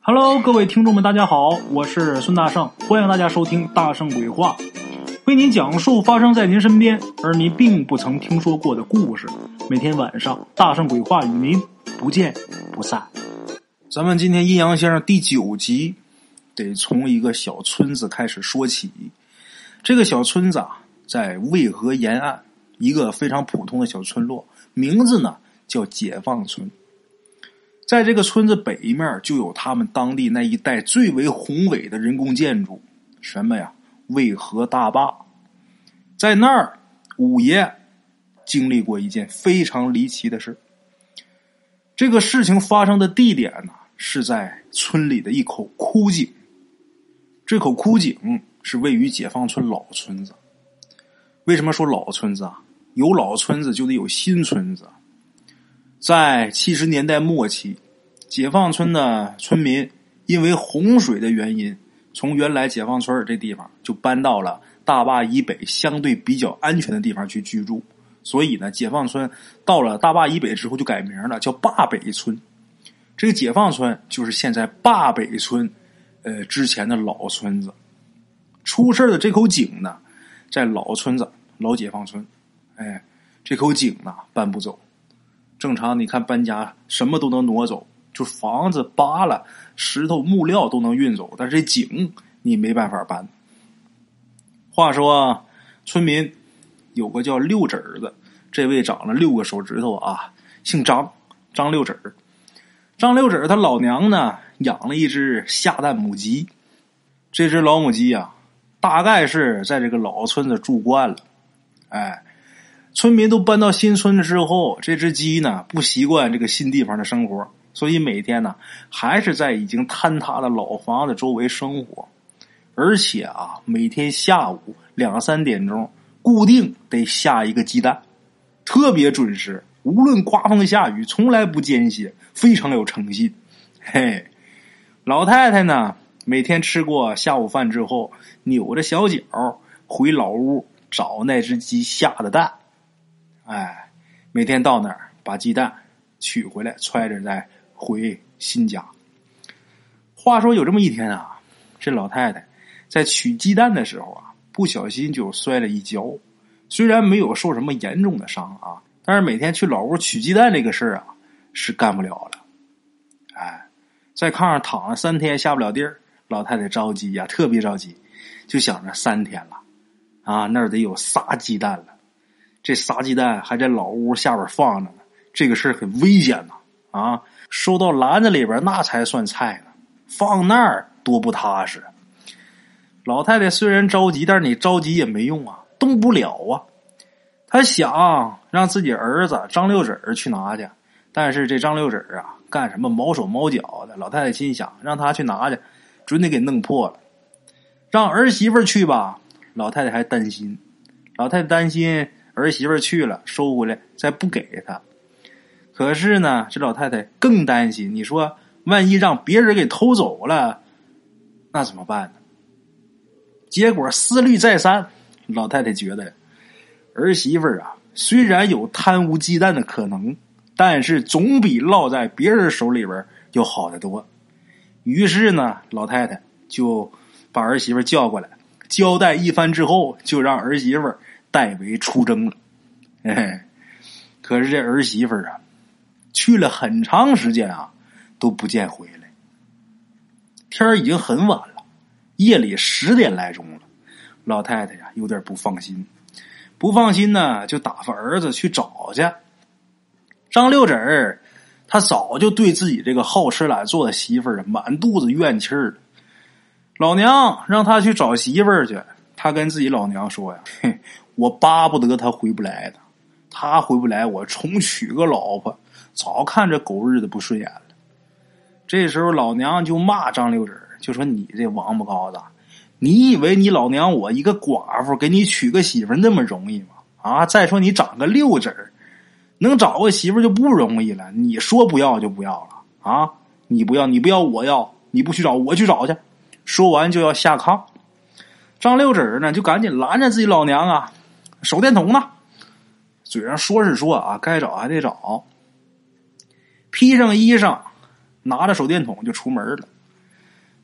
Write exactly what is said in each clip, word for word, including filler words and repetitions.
Hello， 各位听众们，大家好，我是孙大圣，欢迎大家收听大圣鬼话，为您讲述发生在您身边而您并不曾听说过的故事。每天晚上，大圣鬼话与您不见不散。咱们今天阴阳先生第九集，得从一个小村子开始说起。这个小村子啊，在渭河沿岸，一个非常普通的小村落，名字呢叫解放村。在这个村子北面就有他们当地那一带最为宏伟的人工建筑，什么呀？渭河大坝。在那儿，五爷经历过一件非常离奇的事。这个事情发生的地点呢，是在村里的一口枯井。这口枯井是位于解放村老村子。为什么说老村子啊？有老村子就得有新村子。在七十年代末期，解放村的村民因为洪水的原因，从原来解放村这地方就搬到了大坝以北相对比较安全的地方去居住。所以呢，解放村到了大坝以北之后就改名了，叫坝北村。这个解放村就是现在坝北村呃之前的老村子。出事的这口井呢，在老村子老解放村。哎，这口井呢搬不走。正常你看搬家什么都能挪走，就房子扒了石头木料都能运走，但是这井你没办法搬。话说村民有个叫六指儿的，这位长了六个手指头啊，姓张，张六指儿。张六指儿他老娘呢养了一只下蛋母鸡。这只老母鸡啊，大概是在这个老村子住惯了。哎，村民都搬到新村之后，这只鸡呢不习惯这个新地方的生活，所以每天呢还是在已经坍塌的老房子周围生活。而且啊，每天下午两三点钟固定得下一个鸡蛋，特别准时，无论刮风下雨从来不间歇，非常有诚信。嘿，老太太呢每天吃过下午饭之后，扭着小脚回老屋找那只鸡下的蛋。哎，每天到那儿把鸡蛋取回来，揣着再回新家。话说有这么一天啊，这老太太在取鸡蛋的时候啊，不小心就摔了一跤。虽然没有受什么严重的伤啊，但是每天去老屋取鸡蛋这个事儿啊，是干不了了。哎，在炕上躺了三天下不了地儿，老太太着急呀、啊，特别着急，就想着三天了啊，那儿得有仨鸡蛋了。这仨鸡蛋还在老屋下边放着呢，这个事儿很危险呐！啊，收到篮子里边那才算菜呢，放那儿多不踏实。老太太虽然着急，但是你着急也没用啊，动不了啊。她想让自己儿子张六指儿去拿去，但是这张六指儿啊，干什么毛手毛脚的。老太太心想，让他去拿去，准得给弄破了。让儿媳妇去吧，老太太还担心。老太太担心儿媳妇去了收回来再不给他。可是呢，这老太太更担心，你说万一让别人给偷走了，那怎么办呢？结果思虑再三，老太太觉得儿媳妇啊，虽然有贪污鸡蛋的可能，但是总比落在别人手里边要好得多。于是呢，老太太就把儿媳妇叫过来，交代一番之后，就让儿媳妇代为出征了。哎，可是这儿媳妇啊，去了很长时间啊，都不见回来。天儿已经很晚了，夜里十点来钟了。老太太呀，有点不放心，不放心呢，就打发儿子去找去。张六指儿他早就对自己这个好吃懒做的媳妇儿满肚子怨气儿了。老娘让他去找媳妇儿去，他跟自己老娘说呀，嘿，我巴不得他回不来的，他回不来，我重娶个老婆，早看这狗日子不顺眼了。这时候老娘就骂张六指，就说你这王八羔子，你以为你老娘我一个寡妇给你娶个媳妇那么容易吗？啊，再说你长个六指，能找个媳妇就不容易了，你说不要就不要了啊！你不要，你不要，我要，你不去找，我去找去。说完就要下炕。张六指呢就赶紧拦着自己老娘啊，手电筒呢？嘴上说是说啊，该找还得找。披上衣裳，拿着手电筒就出门了。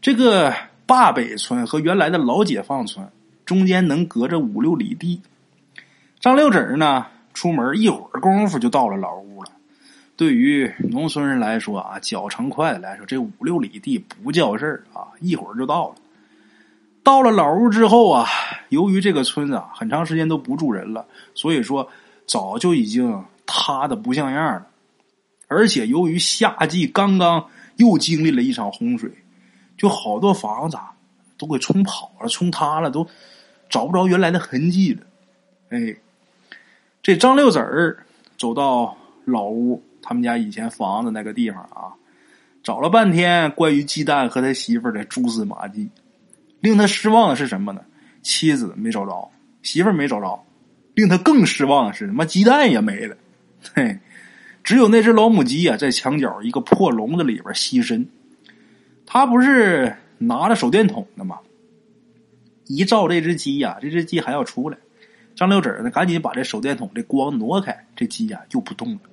这个坝北村和原来的老解放村中间能隔着五六里地。张六婶呢出门一会儿功夫就到了老屋了。对于农村人来说啊，脚程快的来说，这五六里地不叫事儿啊，一会儿就到了。到了老屋之后啊，由于这个村子啊很长时间都不住人了，所以说早就已经塌的不像样了。而且由于夏季刚刚又经历了一场洪水，就好多房子啊都给冲跑了，冲塌了，都找不着原来的痕迹了。哎，这张六子儿走到老屋，他们家以前房子那个地方啊，找了半天关于鸡蛋和他媳妇儿的蛛丝马迹。令他失望的是什么呢？妻子没找着，媳妇儿没找着。令他更失望的是，他妈鸡蛋也没了。嘿，只有那只老母鸡啊，在墙角一个破笼子里边栖身。他不是拿着手电筒的吗？一照这只鸡呀、啊，这只鸡还要出来。张六婶呢，赶紧把这手电筒这光挪开，这鸡呀、啊、就不动了。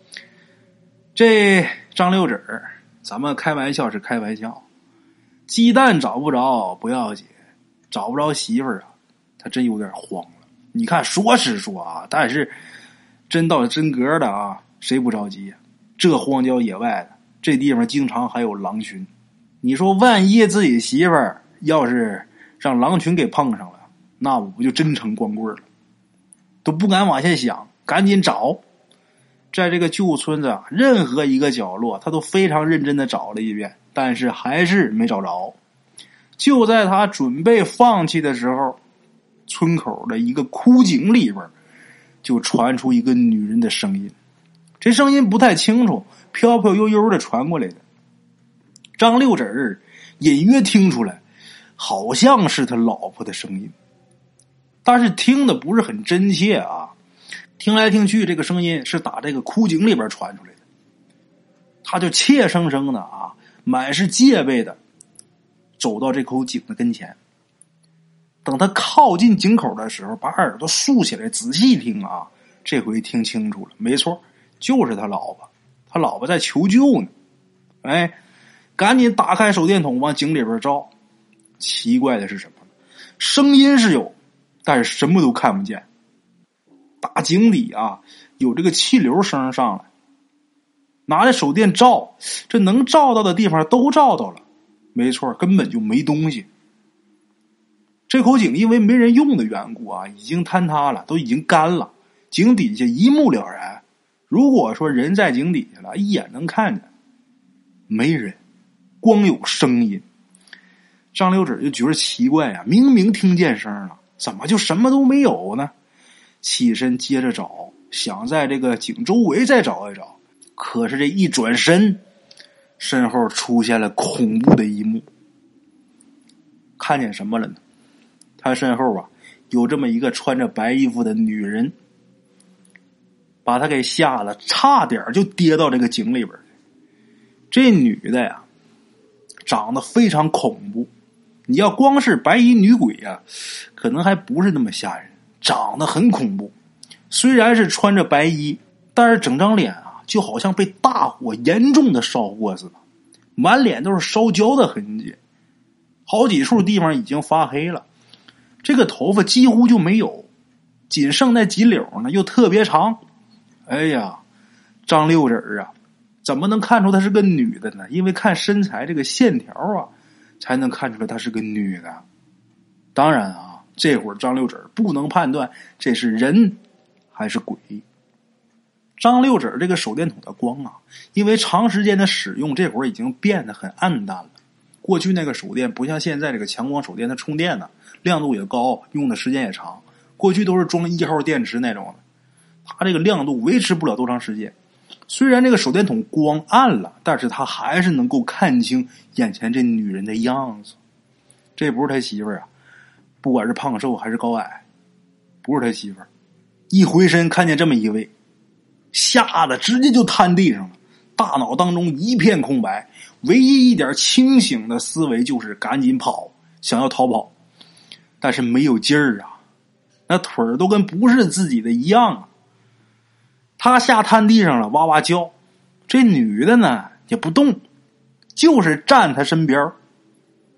这张六婶，咱们开玩笑是开玩笑。鸡蛋找不着不要紧，找不着媳妇儿啊，他真有点慌了。你看说是说啊，但是真到真格的啊，谁不着急呀？这荒郊野外的，这地方经常还有狼群。你说万一自己媳妇儿要是让狼群给碰上了，那我不就真成光棍了？都不敢往下想，赶紧找。在这个旧村子啊，任何一个角落他都非常认真的找了一遍，但是还是没找着。就在他准备放弃的时候，村口的一个枯井里边就传出一个女人的声音。这声音不太清楚，飘飘悠悠的传过来的。张六婶儿隐约听出来，好像是他老婆的声音，但是听的不是很真切啊。听来听去，这个声音是打这个枯井里边传出来的。他就怯生生的啊，满是戒备的走到这口井的跟前。等他靠近井口的时候，把耳朵竖起来仔细听啊，这回听清楚了，没错，就是他老婆，他老婆在求救呢。哎，赶紧打开手电筒往井里边照。奇怪的是什么？声音是有，但是什么都看不见。大井底啊，有这个气流声上来，拿着手电照，这能照到的地方都照到了，没错，根本就没东西。这口井因为没人用的缘故啊，已经坍塌了，都已经干了，井底下一目了然。如果说人在井底下了，一眼能看见，没人，光有声音。张六婶就觉得奇怪啊，明明听见声了，怎么就什么都没有呢？起身接着找，想在这个井周围再找一找，可是这一转身，身后出现了恐怖的一幕。看见什么了呢？他身后啊有这么一个穿着白衣服的女人，把他给吓得差点就跌到这个井里边。这女的呀长得非常恐怖，你要光是白衣女鬼啊可能还不是那么吓人，长得很恐怖。虽然是穿着白衣，但是整张脸啊就好像被大火严重的烧过似的，满脸都是烧焦的痕迹，好几处地方已经发黑了，这个头发几乎就没有，仅剩那几绺呢又特别长。哎呀，张六婶啊怎么能看出她是个女的呢？因为看身材这个线条啊才能看出来她是个女的。当然啊，这会儿张六婶不能判断这是人还是鬼。张六婶这个手电筒的光啊，因为长时间的使用，这会儿已经变得很暗淡了。过去那个手电不像现在这个强光手电，它充电呢亮度也高，用的时间也长。过去都是装一号电池那种的，它这个亮度维持不了多长时间。虽然这个手电筒光暗了，但是它还是能够看清眼前这女人的样子。这不是他媳妇儿啊，不管是胖瘦还是高矮，不是他媳妇儿。一回身看见这么一位，吓得直接就瘫地上了，大脑当中一片空白，唯一一点清醒的思维就是赶紧跑，想要逃跑，但是没有劲儿啊，那腿儿都跟不是自己的一样啊。他吓瘫地上了，哇哇叫。这女的呢也不动，就是站他身边。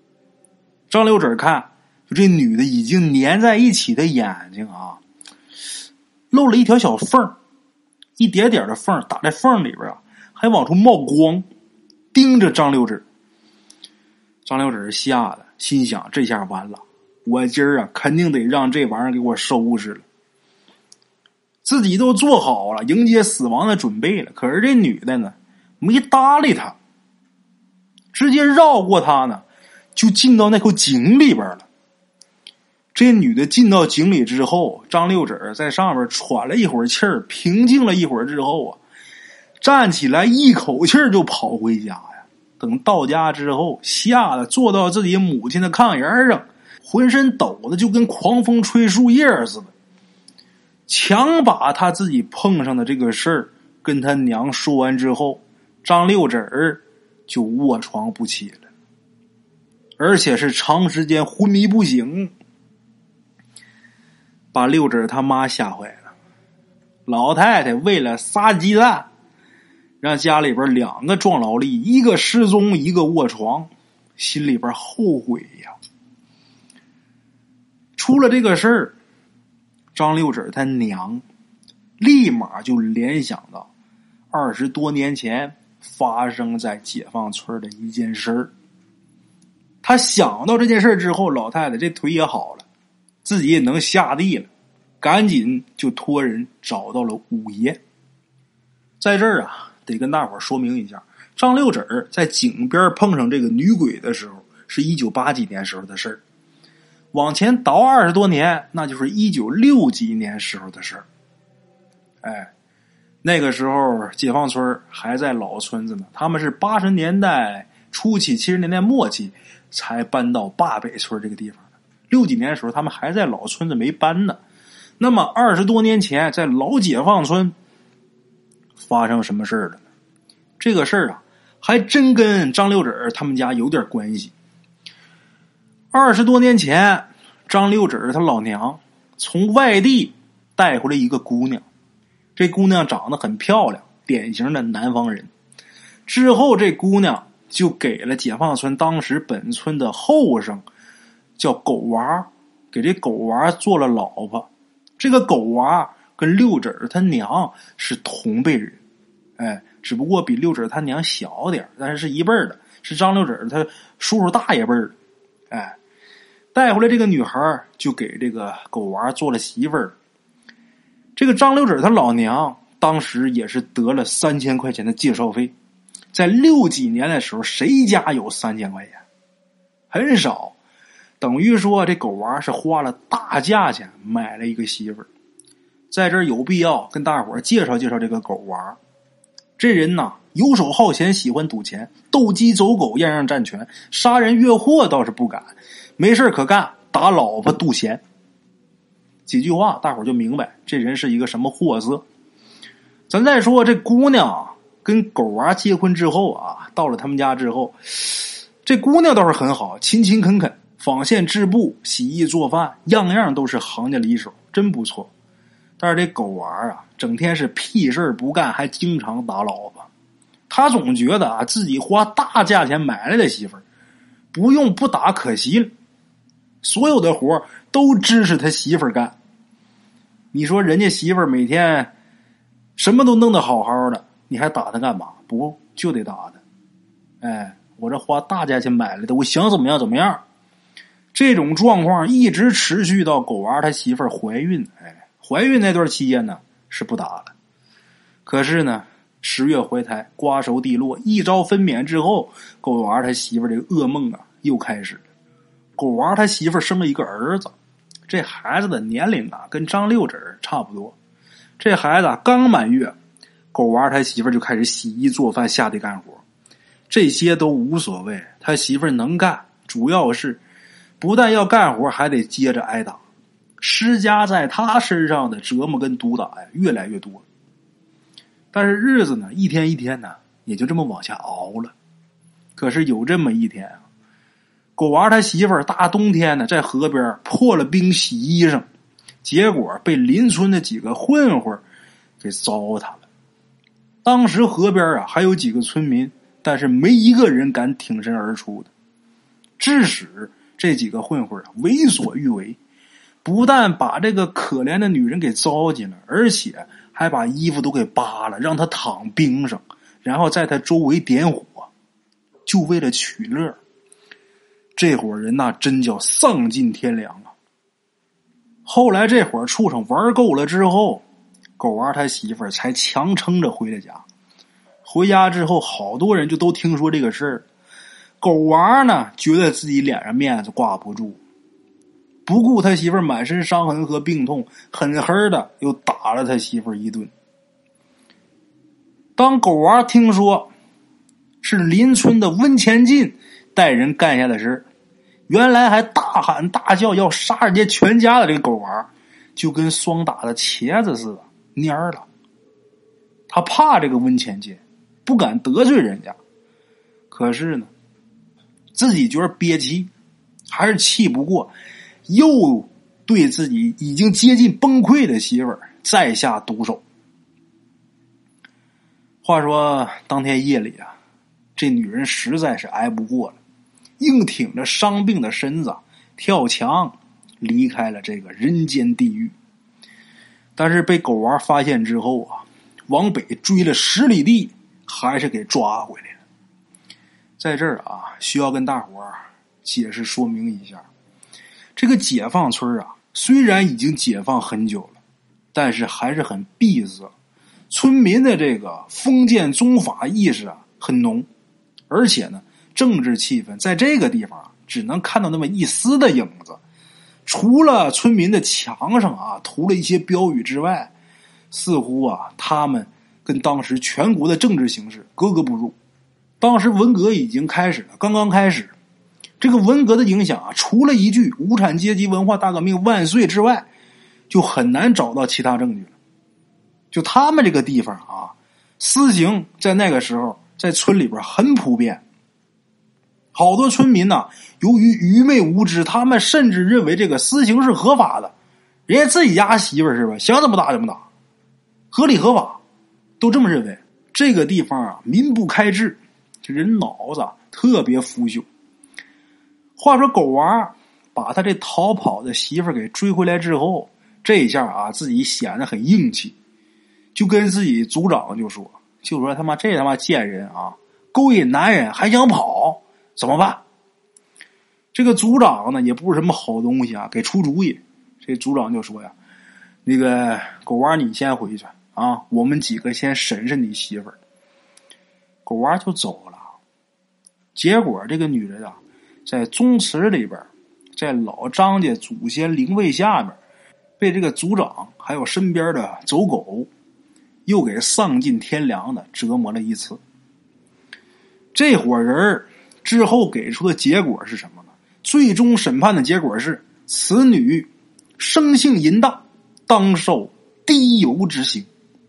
张六指看，就这女的已经粘在一起的眼睛啊，露了一条小缝，一点点的缝打在缝里边啊，还往出冒光，盯着张六指。张六指吓得心想，这下完了，我今儿啊肯定得让这玩意儿给我收拾了。自己都做好了迎接死亡的准备了，可是这女的呢没搭理他，直接绕过他呢就进到那口井里边了。这女的进到井里之后，张六指在上面喘了一会儿气儿，平静了一会儿之后啊，站起来一口气儿就跑回家呀。等到家之后，吓得坐到自己母亲的炕沿上，浑身抖的就跟狂风吹树叶似的，强把他自己碰上的这个事儿跟他娘说完之后，张六指儿就卧床不起了，而且是长时间昏迷不醒，把六指他妈吓坏了。老太太为了撒鸡蛋，让家里边两个壮劳力，一个失踪一个卧床，心里边后悔呀。出了这个事儿，张六指他娘立马就联想到二十多年前发生在解放村的一件事儿。他想到这件事之后，老太太这腿也好了，自己也能下地了，赶紧就托人找到了五爷。在这儿啊，得跟大伙说明一下，张六指在井边碰上这个女鬼的时候，是一九八几年时候的事儿。往前倒二十多年，那就是一九六几年时候的事儿。哎，那个时候解放村还在老村子呢，他们是八十年代初期、七十年代末期才搬到坝北村这个地方的。六几年的时候，他们还在老村子没搬呢。那么二十多年前，在老解放村发生什么事儿了呢？这个事儿啊，还真跟张六指他们家有点关系。二十多年前，张六指他老娘从外地带回来一个姑娘，这姑娘长得很漂亮，典型的南方人。之后这姑娘就给了解放村当时本村的后生，叫狗娃，给这狗娃做了老婆。这个狗娃跟六指他娘是同辈人，哎，只不过比六指他娘小点，但是是一辈的，是张六指他叔叔大爷辈的。哎，带回来这个女孩就给这个狗娃做了媳妇儿。这个张六指他老娘当时也是得了三千块钱的介绍费，在六几年的时候，谁家有三千块钱？很少。等于说这狗娃是花了大价钱买了一个媳妇儿。在这儿有必要跟大伙儿介绍介绍这个狗娃。这人呐，游手好闲，喜欢赌钱，斗鸡走狗，样样占全，杀人越货倒是不敢，没事可干，打老婆赌钱。几句话大伙儿就明白这人是一个什么货色。咱再说这姑娘跟狗娃结婚之后啊，到了他们家之后，这姑娘倒是很好，勤勤恳恳，纺线织布，洗衣做饭，样样都是行家里手，真不错。但是这狗娃啊，整天是屁事不干，还经常打老婆。他总觉得啊，自己花大价钱买来的媳妇儿，不用不打可惜了。所有的活都支持他媳妇儿干。你说人家媳妇儿每天什么都弄得好好的，你还打他干嘛？不就得打他？哎，我这花大价钱买来的，我想怎么样怎么样。这种状况一直持续到狗娃他媳妇儿怀孕。哎，怀孕那段期间呢是不打了。可是呢，十月怀胎，瓜熟蒂落，一朝分娩之后，狗娃他媳妇儿这个噩梦啊又开始了。狗娃他媳妇儿生了一个儿子，这孩子的年龄啊跟张六指差不多。这孩子啊刚满月，狗娃他媳妇儿就开始洗衣做饭，下地干活。这些都无所谓，他媳妇儿能干，主要是不但要干活，还得接着挨打。施加在他身上的折磨跟毒打呀越来越多。但是日子呢一天一天呢也就这么往下熬了。可是有这么一天啊，狗娃他媳妇儿大冬天呢在河边破了冰洗衣裳，结果被邻村的几个混混给糟蹋了。当时河边啊还有几个村民，但是没一个人敢挺身而出的。致使这几个混混啊为所欲为，不但把这个可怜的女人给糟践了，而且还把衣服都给扒了，让她躺冰上，然后在她周围点火，就为了取乐。这伙人呐，真叫丧尽天良啊！后来这伙畜生玩够了之后，狗娃他媳妇儿才强撑着回了家。回家之后，好多人就都听说这个事儿。狗娃呢，觉得自己脸上面子挂不住，不顾他媳妇儿满身伤痕和病痛，狠狠的又打了他媳妇儿一顿。当狗娃听说是邻村的温前进带人干下的事，原来还大喊大叫要杀人家全家的这个狗娃，就跟霜打的茄子似的蔫儿了。他怕这个温前进，不敢得罪人家，可是呢自己觉得憋气，还是气不过，又对自己已经接近崩溃的媳妇儿再下毒手。话说当天夜里啊，这女人实在是挨不过了，硬挺着伤病的身子跳墙离开了这个人间地狱。但是被狗娃发现之后啊，往北追了十里地，还是给抓回来了。在这儿啊，需要跟大伙儿解释说明一下，这个解放村啊，虽然已经解放很久了，但是还是很闭塞，村民的这个封建宗法意识啊很浓，而且呢政治气氛在这个地方啊只能看到那么一丝的影子。除了村民的墙上啊涂了一些标语之外，似乎啊他们跟当时全国的政治形势格格不入。当时文革已经开始了，刚刚开始，这个文革的影响啊，除了一句无产阶级文化大革命万岁之外，就很难找到其他证据了。就他们这个地方啊，私刑在那个时候在村里边很普遍。好多村民呢，由于愚昧无知，他们甚至认为这个私刑是合法的，人家自己家媳妇儿是吧，想怎么打怎么打，合理合法，都这么认为。这个地方啊，民不开智，这人脑子特别腐朽。话说狗娃把他这逃跑的媳妇儿给追回来之后，这一下啊自己显得很硬气，就跟自己组长就说就说他妈这他妈贱人啊，勾引男人还想跑，怎么办？这个组长呢也不是什么好东西啊，给出主意。这组长就说呀，那个狗娃你先回去啊，我们几个先审审你媳妇儿。狗娃就走了。结果这个女人啊，在宗祠里边，在老张家祖先灵位下面，被这个组长还有身边的走狗又给丧尽天良的折磨了一次。这伙人之后给出的结果是什么呢？最终审判的结果是此女生性淫荡，当受滴油之刑。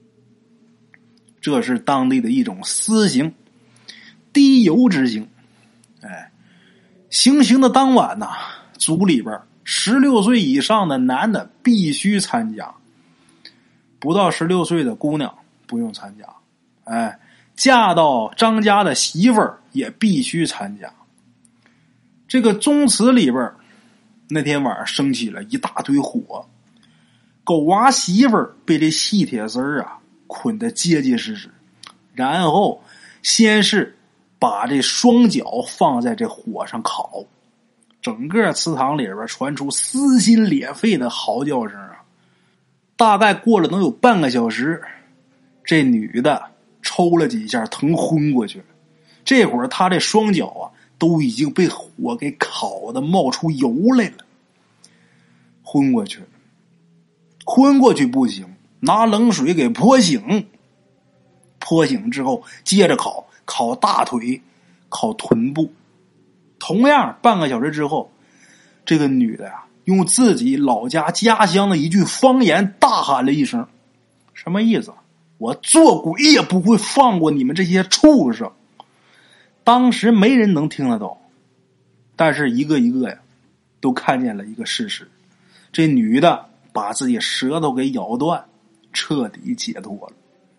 这是当地的一种私刑，滴油之刑。哎，行刑的当晚呐，组里边十六岁以上的男的必须参加，不到十六岁的姑娘不用参加。哎，嫁到张家的媳妇儿也必须参加。这个宗祠里边那天晚上升起了一大堆火，狗娃媳妇儿被这细铁丝儿啊捆得结结实实，然后先是把这双脚放在这火上烤，整个祠堂里边传出撕心裂肺的嚎叫声啊！大概过了能有半个小时，这女的抽了几下，疼昏过去了。这会儿她这双脚啊，都已经被火给烤的冒出油来了，昏过去了。昏过去不行，拿冷水给泼醒，泼醒之后接着烤。烤大腿，烤臀部。同样半个小时之后，这个女的呀、啊，用自己老家家乡的一句方言大喊了一声，什么意思？我做鬼也不会放过你们这些畜生。当时没人能听得到，但是一个一个呀都看见了一个事实，这女的把自己舌头给咬断，彻底解脱了。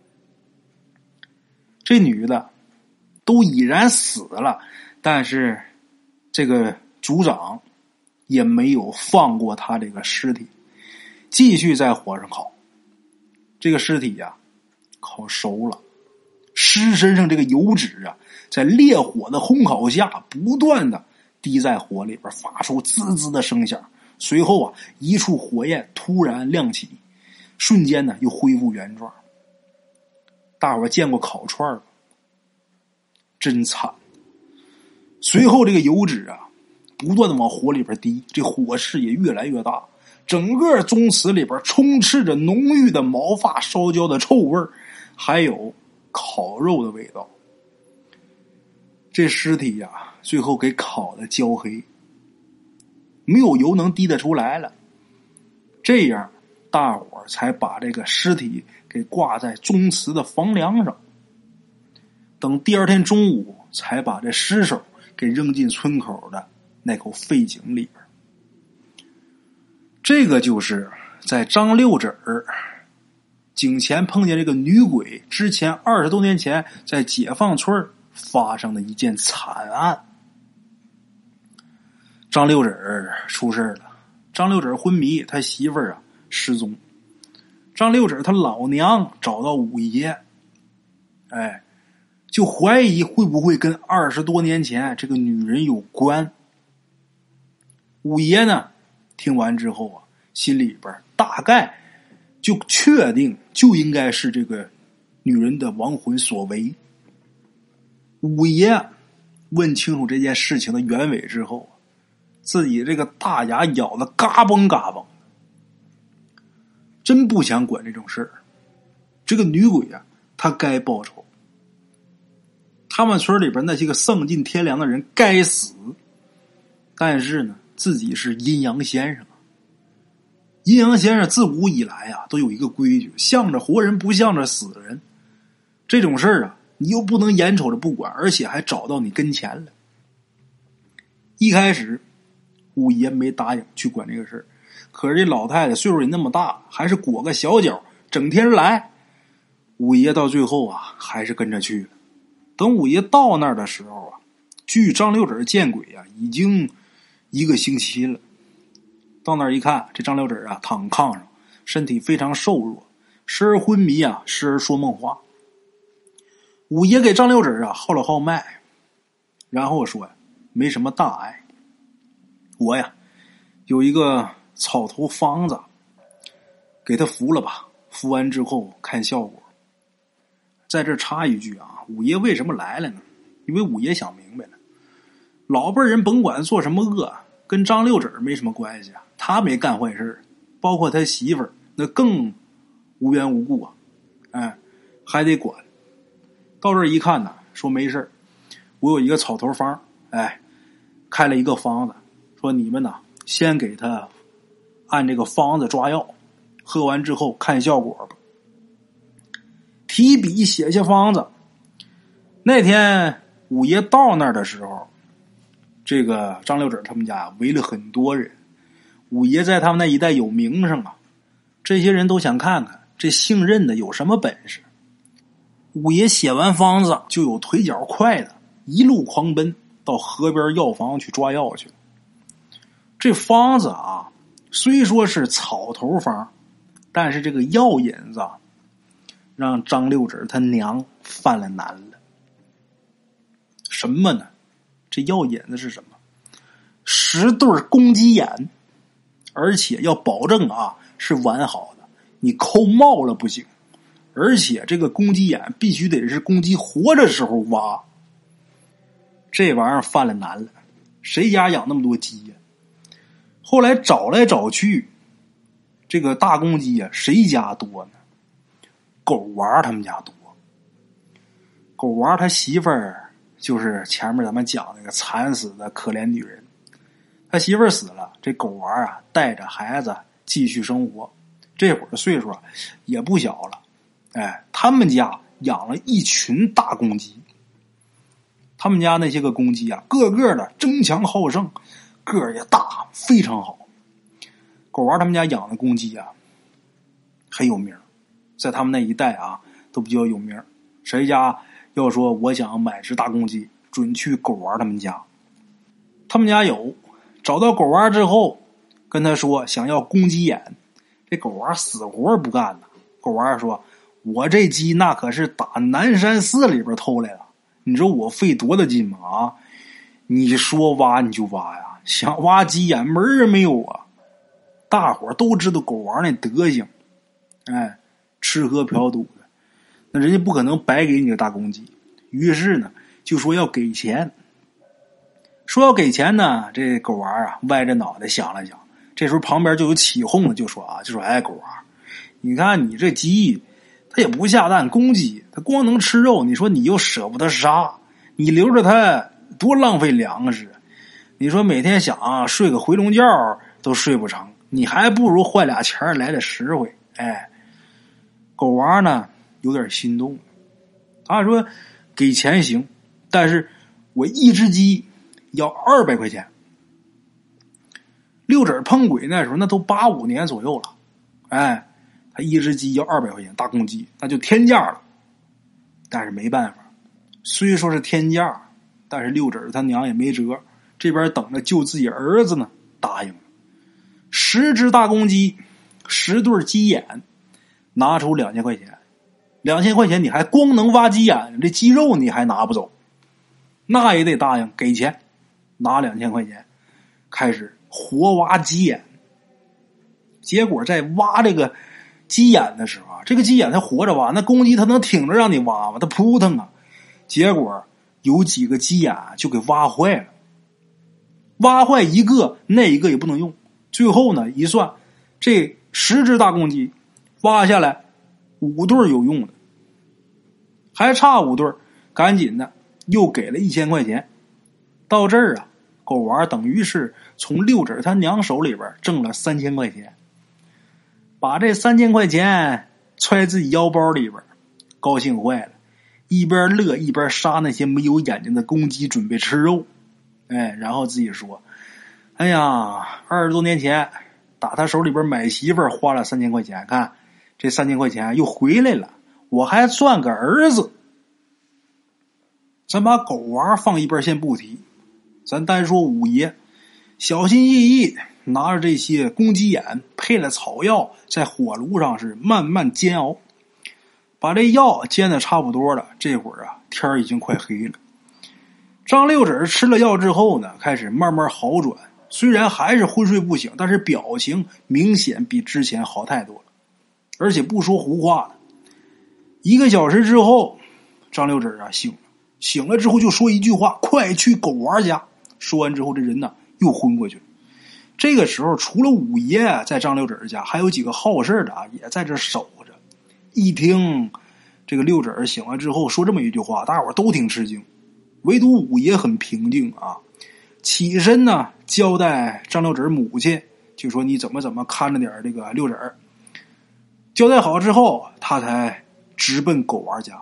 这女的都已然死了，但是这个组长也没有放过他这个尸体，继续在火上烤。这个尸体呀、啊，烤熟了，尸身上这个油脂啊，在烈火的烘烤下，不断的滴在火里边，发出滋滋的声响。随后啊，一处火焰突然亮起，瞬间呢又恢复原状。大伙儿见过烤串吗？真惨。随后这个油脂啊，不断的往火里边滴，这火势也越来越大。整个宗祠里边充斥着浓郁的毛发烧焦的臭味，还有烤肉的味道。这尸体呀、啊，最后给烤的焦黑，没有油能滴得出来了。这样，大伙才把这个尸体给挂在宗祠的房梁上。等第二天中午，才把这尸首给扔进村口的那口废井里边。这个就是在张六指儿井前碰见这个女鬼之前二十多年前在解放村发生的一件惨案。张六指儿出事了，张六指儿昏迷，他媳妇儿啊失踪。张六指儿他老娘找到五爷，哎，就怀疑会不会跟二十多年前这个女人有关。五爷呢听完之后啊，心里边大概就确定就应该是这个女人的亡魂所为。五爷问清楚这件事情的原委之后，自己这个大牙咬得嘎嘣嘎嘣，真不想管这种事儿。这个女鬼啊，她该报仇。他们村里边那些个丧尽天良的人该死，但是呢，自己是阴阳先生。阴阳先生自古以来啊，都有一个规矩，向着活人不向着死人。这种事儿啊，你又不能眼瞅着不管，而且还找到你跟前了。一开始五爷没答应去管这个事儿，可是这老太太岁数也那么大，还是裹个小脚整天来。五爷到最后啊，还是跟着去了。等五爷到那儿的时候啊，据张六指见鬼啊，已经一个星期了。到那儿一看，这张六指啊躺炕上，身体非常瘦弱，时而昏迷啊，时而说梦话。五爷给张六指啊号了号脉，然后说呀，没什么大碍，我呀有一个草头方子，给他服了吧，服完之后看效果。在这插一句啊，五爷为什么来了呢？因为五爷想明白了，老辈人甭管做什么恶，跟张六指没什么关系啊，他没干坏事，包括他媳妇儿那更无缘无故啊，哎，还得管。到这儿一看呢，说没事，我有一个草头方，哎，开了一个方子，说你们呢先给他按这个方子抓药，喝完之后看效果吧。提笔写下方子。那天五爷到那儿的时候，这个张六指他们家围了很多人。五爷在他们那一带有名声啊，这些人都想看看这姓任的有什么本事。五爷写完方子，就有腿脚快的一路狂奔到河边药房去抓药去了。这方子啊，虽说是草头方，但是这个药引子让张六指他娘犯了难了。什么呢？这药引子是什么？十对公鸡眼，而且要保证啊是完好的，你抠冒了不行。而且这个公鸡眼必须得是公鸡活着时候挖。这玩意儿犯了难了，谁家养那么多鸡呀？后来找来找去，这个大公鸡呀，谁家多呢？狗娃他们家多。狗娃他媳妇儿就是前面咱们讲那个惨死的可怜女人，他媳妇儿死了，这狗娃啊带着孩子继续生活。这会儿的岁数啊也不小了，哎，他们家养了一群大公鸡。他们家那些个公鸡啊，个个的争强好胜，个儿也大，非常好。狗娃他们家养的公鸡啊，很有名，在他们那一带啊都比较有名。谁家要说我想买只大公鸡，准去狗娃他们家。他们家有找到狗娃之后，跟他说想要公鸡眼，这狗娃死活不干呢。狗娃说：“我这鸡那可是打南山寺里边偷来的，你知道我费多大劲吗？啊，你说挖你就挖呀，想挖鸡眼门儿没有啊！”大伙都知道狗娃那德行，哎，吃喝嫖赌的，那人家不可能白给你个大公鸡。于是呢，就说要给钱。说要给钱呢，这狗娃啊歪着脑袋想了想，这时候旁边就有起哄的，就说啊，就说哎，狗娃，你看你这鸡，它也不下蛋，公鸡它光能吃肉，你说你又舍不得杀，你留着它多浪费粮食。你说每天想啊睡个回笼觉都睡不成，你还不如换俩钱来的实惠。哎，狗娃呢有点心动，他说给钱行，但是我一只鸡要二百块钱。六指碰鬼那时候那都八五年左右了，哎，他一只鸡要二百块钱，大公鸡那就天价了。但是没办法，虽说是天价，但是六指他娘也没辙，这边等着救自己儿子呢，答应了。十只大公鸡，十对鸡眼，拿出两千块钱。两千块钱你还光能挖鸡眼，这鸡肉你还拿不走，那也得答应给钱，拿两千块钱开始活挖鸡眼。结果在挖这个鸡眼的时候啊，这个鸡眼它活着挖，那公鸡它能挺着让你挖吗？它扑腾啊。结果有几个鸡眼就给挖坏了，挖坏一个那一个也不能用。最后呢一算，这十只大公鸡挖下来五对有用的，还差五对，赶紧的又给了一千块钱。到这儿啊，狗娃等于是从六指他娘手里边挣了三千块钱，把这三千块钱揣自己腰包里边，高兴坏了，一边乐一边杀那些没有眼睛的公鸡准备吃肉。哎，然后自己说，哎呀，二十多年前打他手里边买媳妇儿花了三千块钱，看这三千块钱又回来了，我还赚个儿子。咱把狗娃放一边先不提，咱单说五爷小心翼翼拿着这些公鸡眼配了草药，在火炉上是慢慢煎熬，把这药煎的差不多了。这会儿啊天已经快黑了。张六指吃了药之后呢，开始慢慢好转，虽然还是昏睡不醒，但是表情明显比之前好太多了，而且不说胡话了。一个小时之后，张六指啊醒了，醒了之后就说一句话，快去狗娃家。说完之后这人呢又昏过去了。这个时候除了五爷在张六指家，还有几个好事的啊也在这守着。一听这个六指醒了之后说这么一句话，大伙都挺吃惊，唯独五爷很平静啊，起身呢交代张六指母亲，就说你怎么怎么看着点这个六指。交代好之后，他才直奔狗娃家。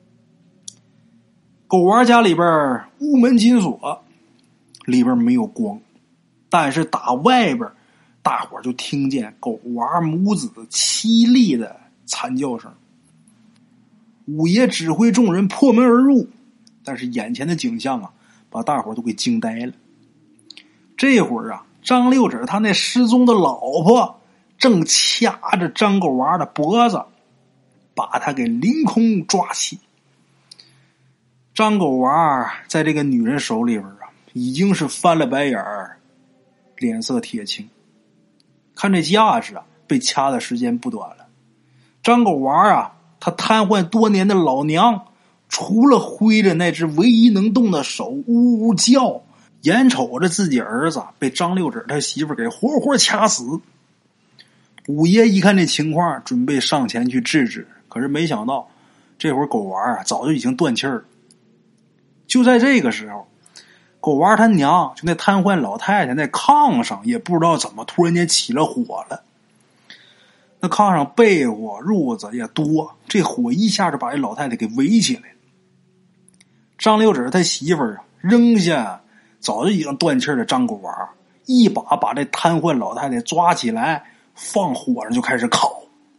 狗娃家里边屋门紧锁，里边没有光，但是打外边大伙就听见狗娃母子凄厉的惨叫声。五爷指挥众人破门而入，但是眼前的景象啊把大伙都给惊呆了。这会儿啊，张六指他那失踪的老婆正掐着张狗娃的脖子，把他给凌空抓起。张狗娃在这个女人手里边啊，已经是翻了白眼儿，脸色铁青。看这架势啊，被掐的时间不短了。张狗娃啊，他瘫痪多年的老娘，除了挥着那只唯一能动的手呜呜叫，眼瞅着自己儿子被张六指他媳妇给活活掐死。五爷一看这情况，准备上前去制止，可是没想到这会儿狗娃啊早就已经断气儿了。就在这个时候，狗娃他娘就那瘫痪老太太那炕上也不知道怎么突然间起了火了。那炕上被窝褥子也多，这火一下就把这老太太给围起来了。张六指他媳妇儿啊扔下早就已经断气的张狗娃，一把把这瘫痪老太太抓起来，放火上就开始烤。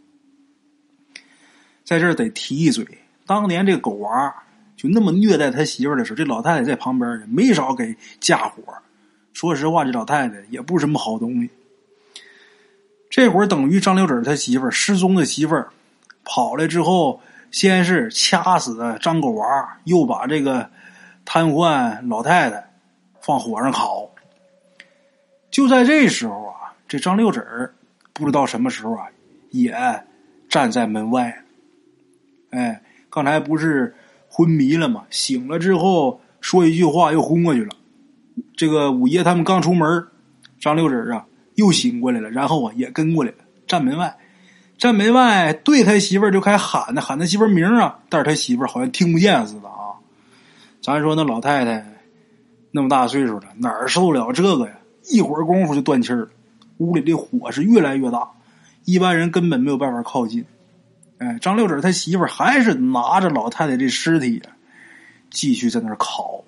在这儿得提一嘴，当年这个狗娃就那么虐待他媳妇儿的时候，这老太太在旁边没少给架火， 说实话，这老太太也不是什么好东西。这会儿等于张六子他媳妇儿失踪的媳妇儿跑来之后，先是掐死张狗娃，又把这个瘫痪老太太放火上烤。就在这时候啊，这张六子不知道什么时候啊也站在门外。哎，刚才不是昏迷了吗？醒了之后说一句话又昏过去了。这个五爷他们刚出门，张六子啊又醒过来了，然后啊也跟过来了，站门外，站门外对他媳妇儿就开始喊呢，喊他媳妇儿名啊，但是他媳妇儿好像听不见似的啊。咱说那老太太那么大岁数了，哪儿受得了这个呀？一会儿功夫就断气儿了，屋里的火是越来越大，一般人根本没有办法靠近。哎，张六子他媳妇儿还是拿着老太太这尸体啊，继续在那儿烤。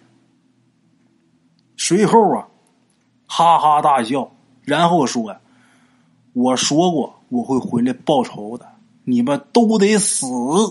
随后啊，哈哈大笑，然后说呀：“我说过我会回来报仇的，你们都得死。”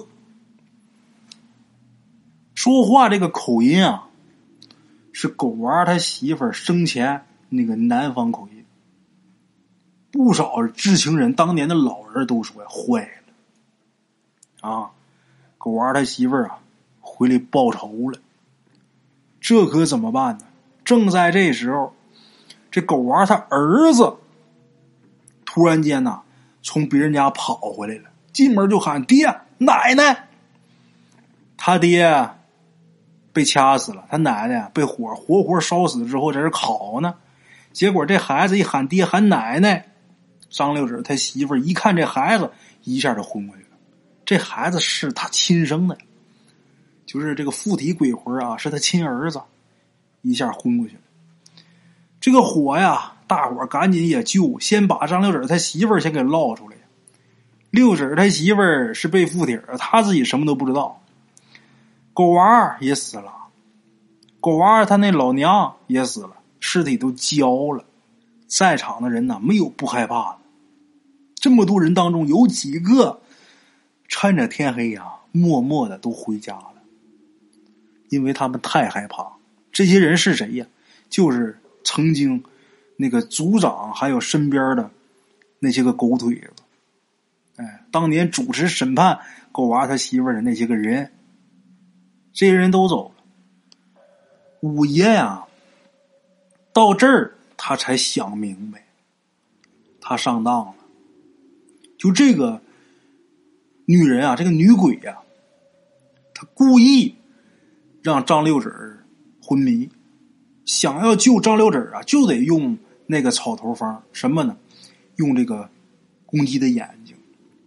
说话这个口音啊，是狗娃他媳妇儿生前那个南方口音。不少知情人当年的老人都说呀，坏了啊，狗娃他媳妇儿啊回来报仇了。这可怎么办呢？正在这时候，这狗娃他儿子突然间呐、啊、从别人家跑回来了，进门就喊爹奶奶。他爹被掐死了，他奶奶被火活活烧死之后在这烤呢。结果这孩子一喊爹喊奶奶，张六子他媳妇儿一看这孩子，一下就昏过去了。这孩子是他亲生的，就是这个附体鬼魂啊，是他亲儿子，一下昏过去了。这个火呀，大伙赶紧也救，先把张六子他媳妇儿先给捞出来。六子他媳妇儿是被附体，他自己什么都不知道。狗娃也死了，狗娃他那老娘也死了，尸体都焦了。在场的人呢，没有不害怕的。这么多人当中，有几个趁着天黑呀、啊，默默的都回家了，因为他们太害怕。这些人是谁呀？就是曾经那个族长还有身边的那些个狗腿子。哎，当年主持审判狗娃他媳妇儿的那些个人，这些人都走了。五爷呀，到这儿他才想明白，他上当了。就这个女人啊，这个女鬼呀、啊，她故意让张六子昏迷，想要救张六子啊，就得用那个草头方，什么呢？用这个公鸡的眼睛。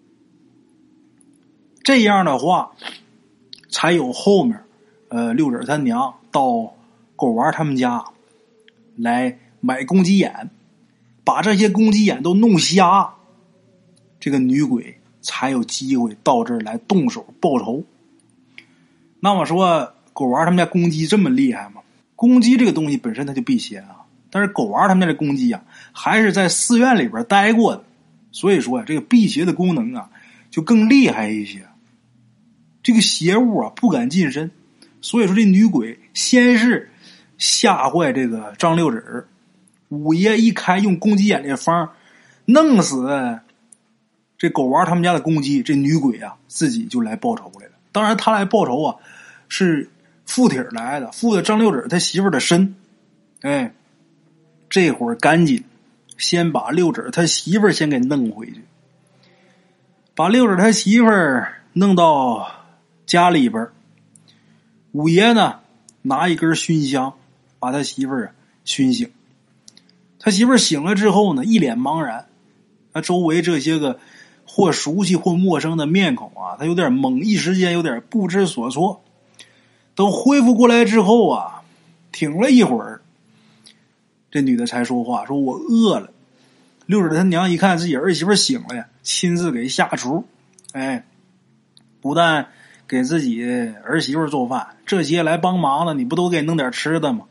这样的话，才有后面，呃，六子他娘到狗娃他们家来买公鸡眼，把这些公鸡眼都弄瞎，这个女鬼才有机会到这儿来动手报仇。那么说，狗娃他们家公鸡这么厉害吗？公鸡这个东西本身它就辟邪啊，但是狗娃他们家的公鸡啊，还是在寺院里边待过的，所以说呀、啊，这个辟邪的功能啊，就更厉害一些。这个邪物啊不敢近身，所以说这女鬼先是吓坏这个张六子，五爷一开用公鸡眼这方弄死这狗娃他们家的公鸡，这女鬼啊自己就来报仇来了。当然他来报仇啊是附体来的，附的张六子他媳妇儿的身。哎，这会儿赶紧先把六子他媳妇儿先给弄回去，把六子他媳妇儿弄到家里边。五爷呢拿一根熏香把他媳妇儿熏醒。他媳妇儿醒了之后呢，一脸茫然，他周围这些个或熟悉或陌生的面孔啊，他有点懵，一时间有点不知所措。等恢复过来之后啊，挺了一会儿，这女的才说话，说我饿了。六子他娘一看自己儿媳妇醒了呀，亲自给下厨。哎，不但给自己儿媳妇做饭，这些来帮忙的你不都给弄点吃的吗？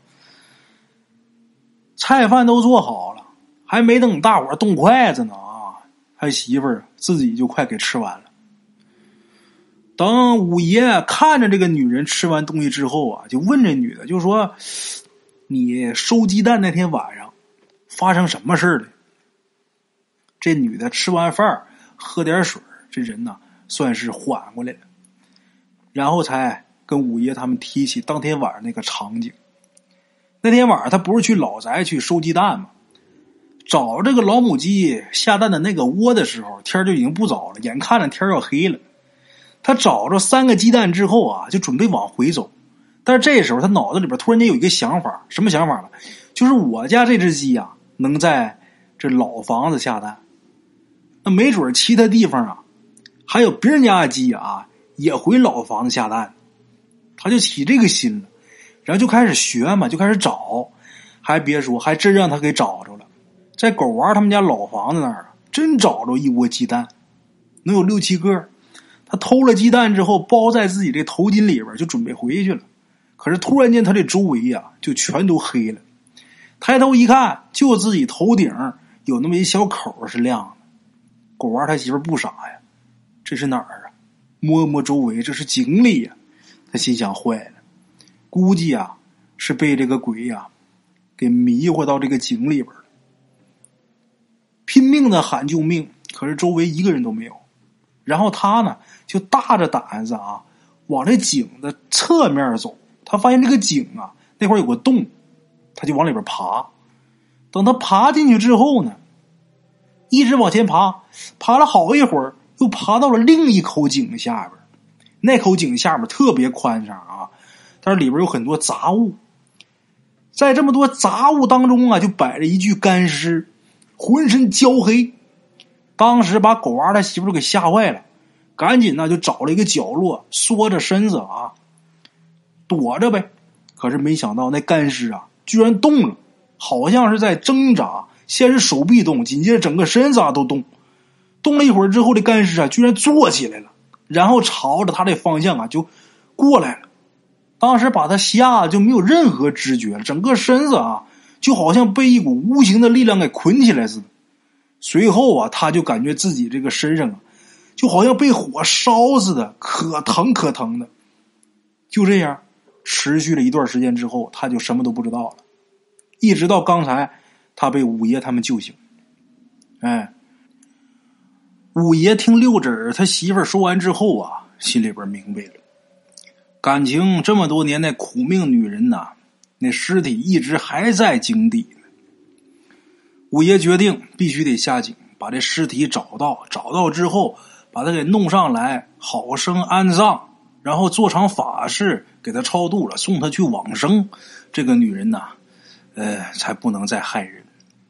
菜饭都做好了，还没等大伙动筷子呢啊，他媳妇儿自己就快给吃完了。等五爷看着这个女人吃完东西之后啊，就问这女的，就说你收鸡蛋那天晚上发生什么事了？这女的吃完饭喝点水，这人呢算是缓过来了，然后才跟五爷他们提起当天晚上那个场景。那天晚上他不是去老宅去收鸡蛋吗？找这个老母鸡下蛋的那个窝的时候，天就已经不早了，眼看着天要黑了。他找着三个鸡蛋之后啊，就准备往回走。但是这时候他脑子里边突然间有一个想法，什么想法呢？就是我家这只鸡啊，能在这老房子下蛋，那没准其他地方啊，还有别人家的鸡啊，也回老房子下蛋。他就起这个心了，然后就开始学嘛，就开始找。还别说，还真让他给找着了。在狗娃他们家老房子那儿啊，真找着一窝鸡蛋，能有六七个。他偷了鸡蛋之后，包在自己这头巾里边，就准备回去了。可是突然间，他这周围啊，就全都黑了。抬头一看，就自己头顶有那么一小口是亮的。狗娃他媳妇不傻呀，这是哪儿啊？摸摸周围，这是井里呀。他心想坏了，估计啊是被这个鬼呀、啊、给迷惑到这个井里边了。拼命的喊救命，可是周围一个人都没有。然后他呢就大着胆子啊往这井的侧面走。他发现这个井啊那块有个洞，他就往里边爬。等他爬进去之后呢，一直往前爬，爬了好一会儿，又爬到了另一口井下边。那口井下边特别宽敞啊，但是里边有很多杂物。在这么多杂物当中啊，就摆着一具干尸，浑身焦黑。当时把狗娃他媳妇给吓坏了，赶紧呢就找了一个角落，缩着身子啊躲着呗。可是没想到那干尸啊居然动了，好像是在挣扎。先是手臂动，紧接着整个身子啊都动。动了一会儿之后，这干尸啊居然坐起来了，然后朝着他的方向啊就过来了。当时把他吓得就没有任何知觉了，整个身子啊就好像被一股无形的力量给捆起来似的。随后啊他就感觉自己这个身上啊就好像被火烧似的，可疼可疼的。就这样持续了一段时间之后，他就什么都不知道了，一直到刚才他被五爷他们救醒。哎，五爷听六婶他媳妇说完之后啊，心里边明白了，感情这么多年那苦命女人呐、啊，那尸体一直还在井底呢。五爷决定必须得下井，把这尸体找到，找到之后把他给弄上来，好生安葬，然后做场法事给他超度了，送他去往生。这个女人呐、啊，呃，才不能再害人。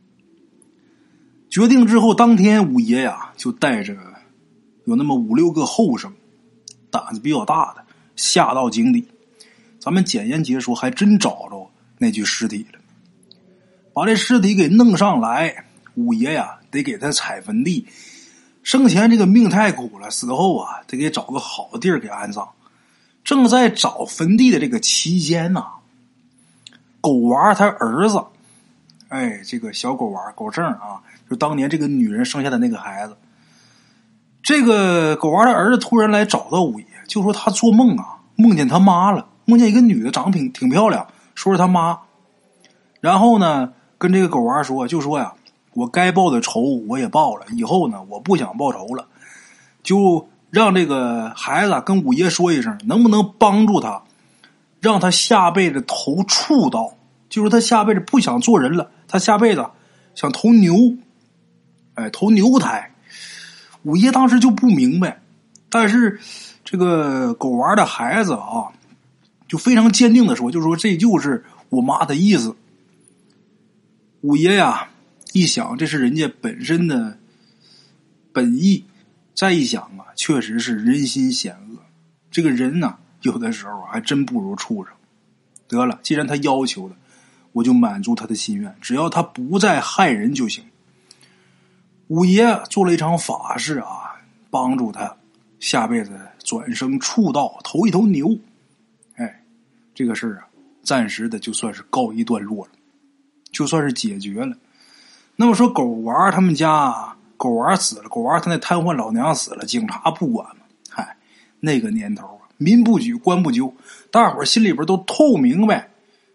决定之后，当天五爷呀就带着有那么五六个后生，胆子比较大的，下到井底。咱们简言结说，还真找着那具尸体了。把这尸体给弄上来，五爷呀得给他踩坟地。生前这个命太苦了，死后啊得给找个好地儿给安葬。正在找坟地的这个期间呐、啊，狗娃他儿子，哎，这个小狗娃狗正啊，就当年这个女人生下的那个孩子。这个狗娃的儿子突然来找到五爷，就说他做梦啊梦见他妈了，梦见一个女的长得挺挺漂亮，说是他妈。然后呢跟这个狗娃说，就说呀，我该报的仇我也报了，以后呢我不想报仇了，就让这个孩子跟五爷说一声，能不能帮助他，让他下辈子投畜道，就是他下辈子不想做人了，他下辈子想投牛，哎，投牛胎。五爷当时就不明白，但是这个狗娃的孩子啊就非常坚定的说，就说这就是我妈的意思。五爷呀一想，这是人家本身的本意，再一想啊，确实是人心险恶。这个人呢，有的时候还真不如畜生。得了，既然他要求的，我就满足他的心愿，只要他不再害人就行。五爷做了一场法事啊，帮助他下辈子转生畜道，投一头牛。哎，这个事儿啊，暂时的就算是告一段落了，就算是解决了。那么说狗娃他们家，狗娃死了，狗娃他那瘫痪老娘死了，警察不管嘛？嗨，那个年头啊，民不举，官不究，大伙儿心里边都透明白，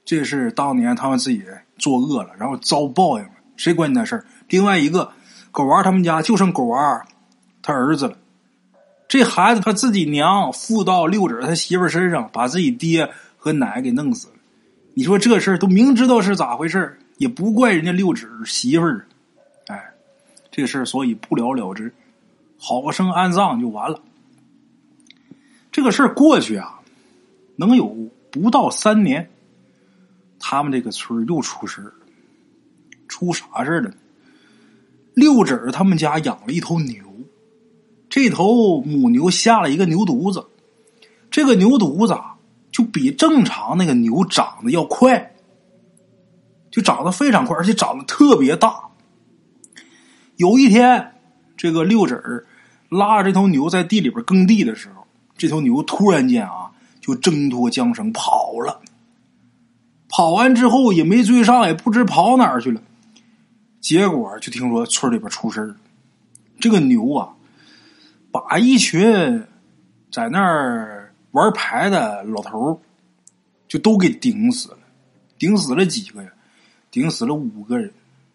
这是当年他们自己作恶了，然后遭报应了，谁管你那事儿？另外一个狗娃他们家就剩狗娃他儿子了，这孩子他自己娘附到六指他媳妇身上，把自己爹和奶给弄死了。你说这事儿都明知道是咋回事，也不怪人家六指媳妇儿。哎，这个事儿所以不了了之，好生安葬就完了。这个事儿过去啊，能有不到三年，他们这个村又出事了。出啥事了呢？六指他们家养了一头牛，这头母牛下了一个牛犊子，这个牛犊子啊，就比正常那个牛长得要快，就长得非常快，而且长得特别大。有一天，这个六指拉着这头牛在地里边耕地的时候，这头牛突然间啊，就挣脱缰绳跑了。跑完之后也没追上，也不知跑哪儿去了。结果就听说村里边出事了，这个牛啊，把一群在那儿玩牌的老头就都给顶死了。顶死了几个呀？顶死了五个人。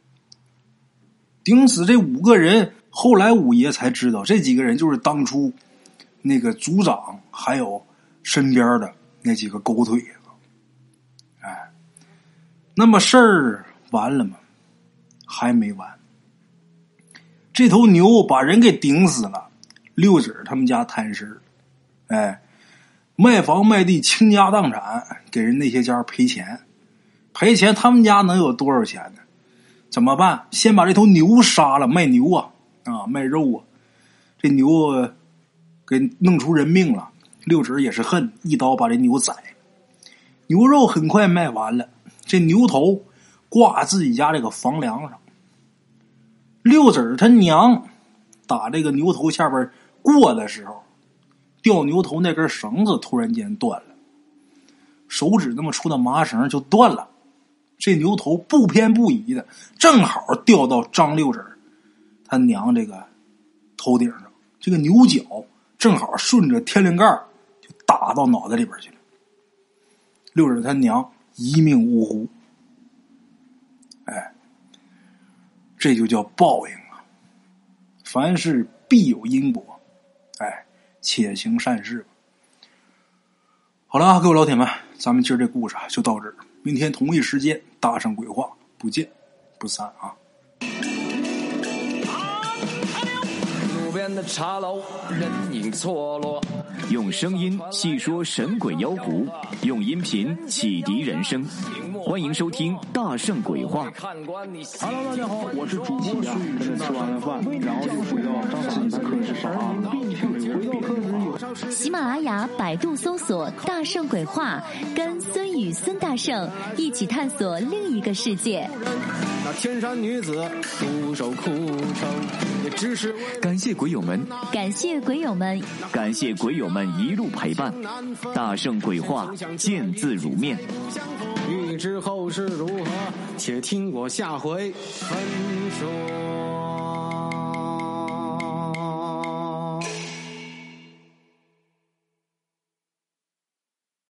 顶死这五个人，后来五爷才知道，这几个人就是当初那个族长还有身边的那几个狗腿子。哎，那么事儿完了吗？还没完。这头牛把人给顶死了，六指他们家摊事儿，哎，卖房卖地倾家荡产，给人那些家赔钱。赔钱他们家能有多少钱呢？怎么办？先把这头牛杀了，卖牛啊啊，卖肉啊。这牛给弄出人命了，六指也是恨，一刀把这牛宰了。牛肉很快卖完了，这牛头挂自己家这个房梁上。六指他娘打这个牛头下边过的时候，吊牛头那根绳子突然间断了，手指那么粗的麻绳就断了。这牛头不偏不倚的，正好掉到张六指他娘这个头顶上，这个牛角正好顺着天灵盖就打到脑袋里边去了。六指他娘一命呜呼。哎，这就叫报应啊！凡事必有因果，哎，且行善事吧。好了，各位老铁们，咱们今儿这故事啊就到这儿。明天同一时间，大圣鬼话，不见不散啊！ 路边的茶楼，人影错落。用声音细说神鬼妖狐，用音频启迪人生。欢迎收听《大圣鬼话》。 Hello， 大家好，我是主播徐宇，跟着吃完了饭，然后就回到自己的课室上啊，并且回到课室有喜马拉雅、百度搜索“大圣鬼话”，跟孙宇、孙大圣一起探索另一个世界。 那天山女子独守枯城，也只是感谢鬼友们， 感谢鬼友们， 感谢鬼友们一路陪伴。大圣鬼话，见字如面。 欲知后事如何，且听我下回分说。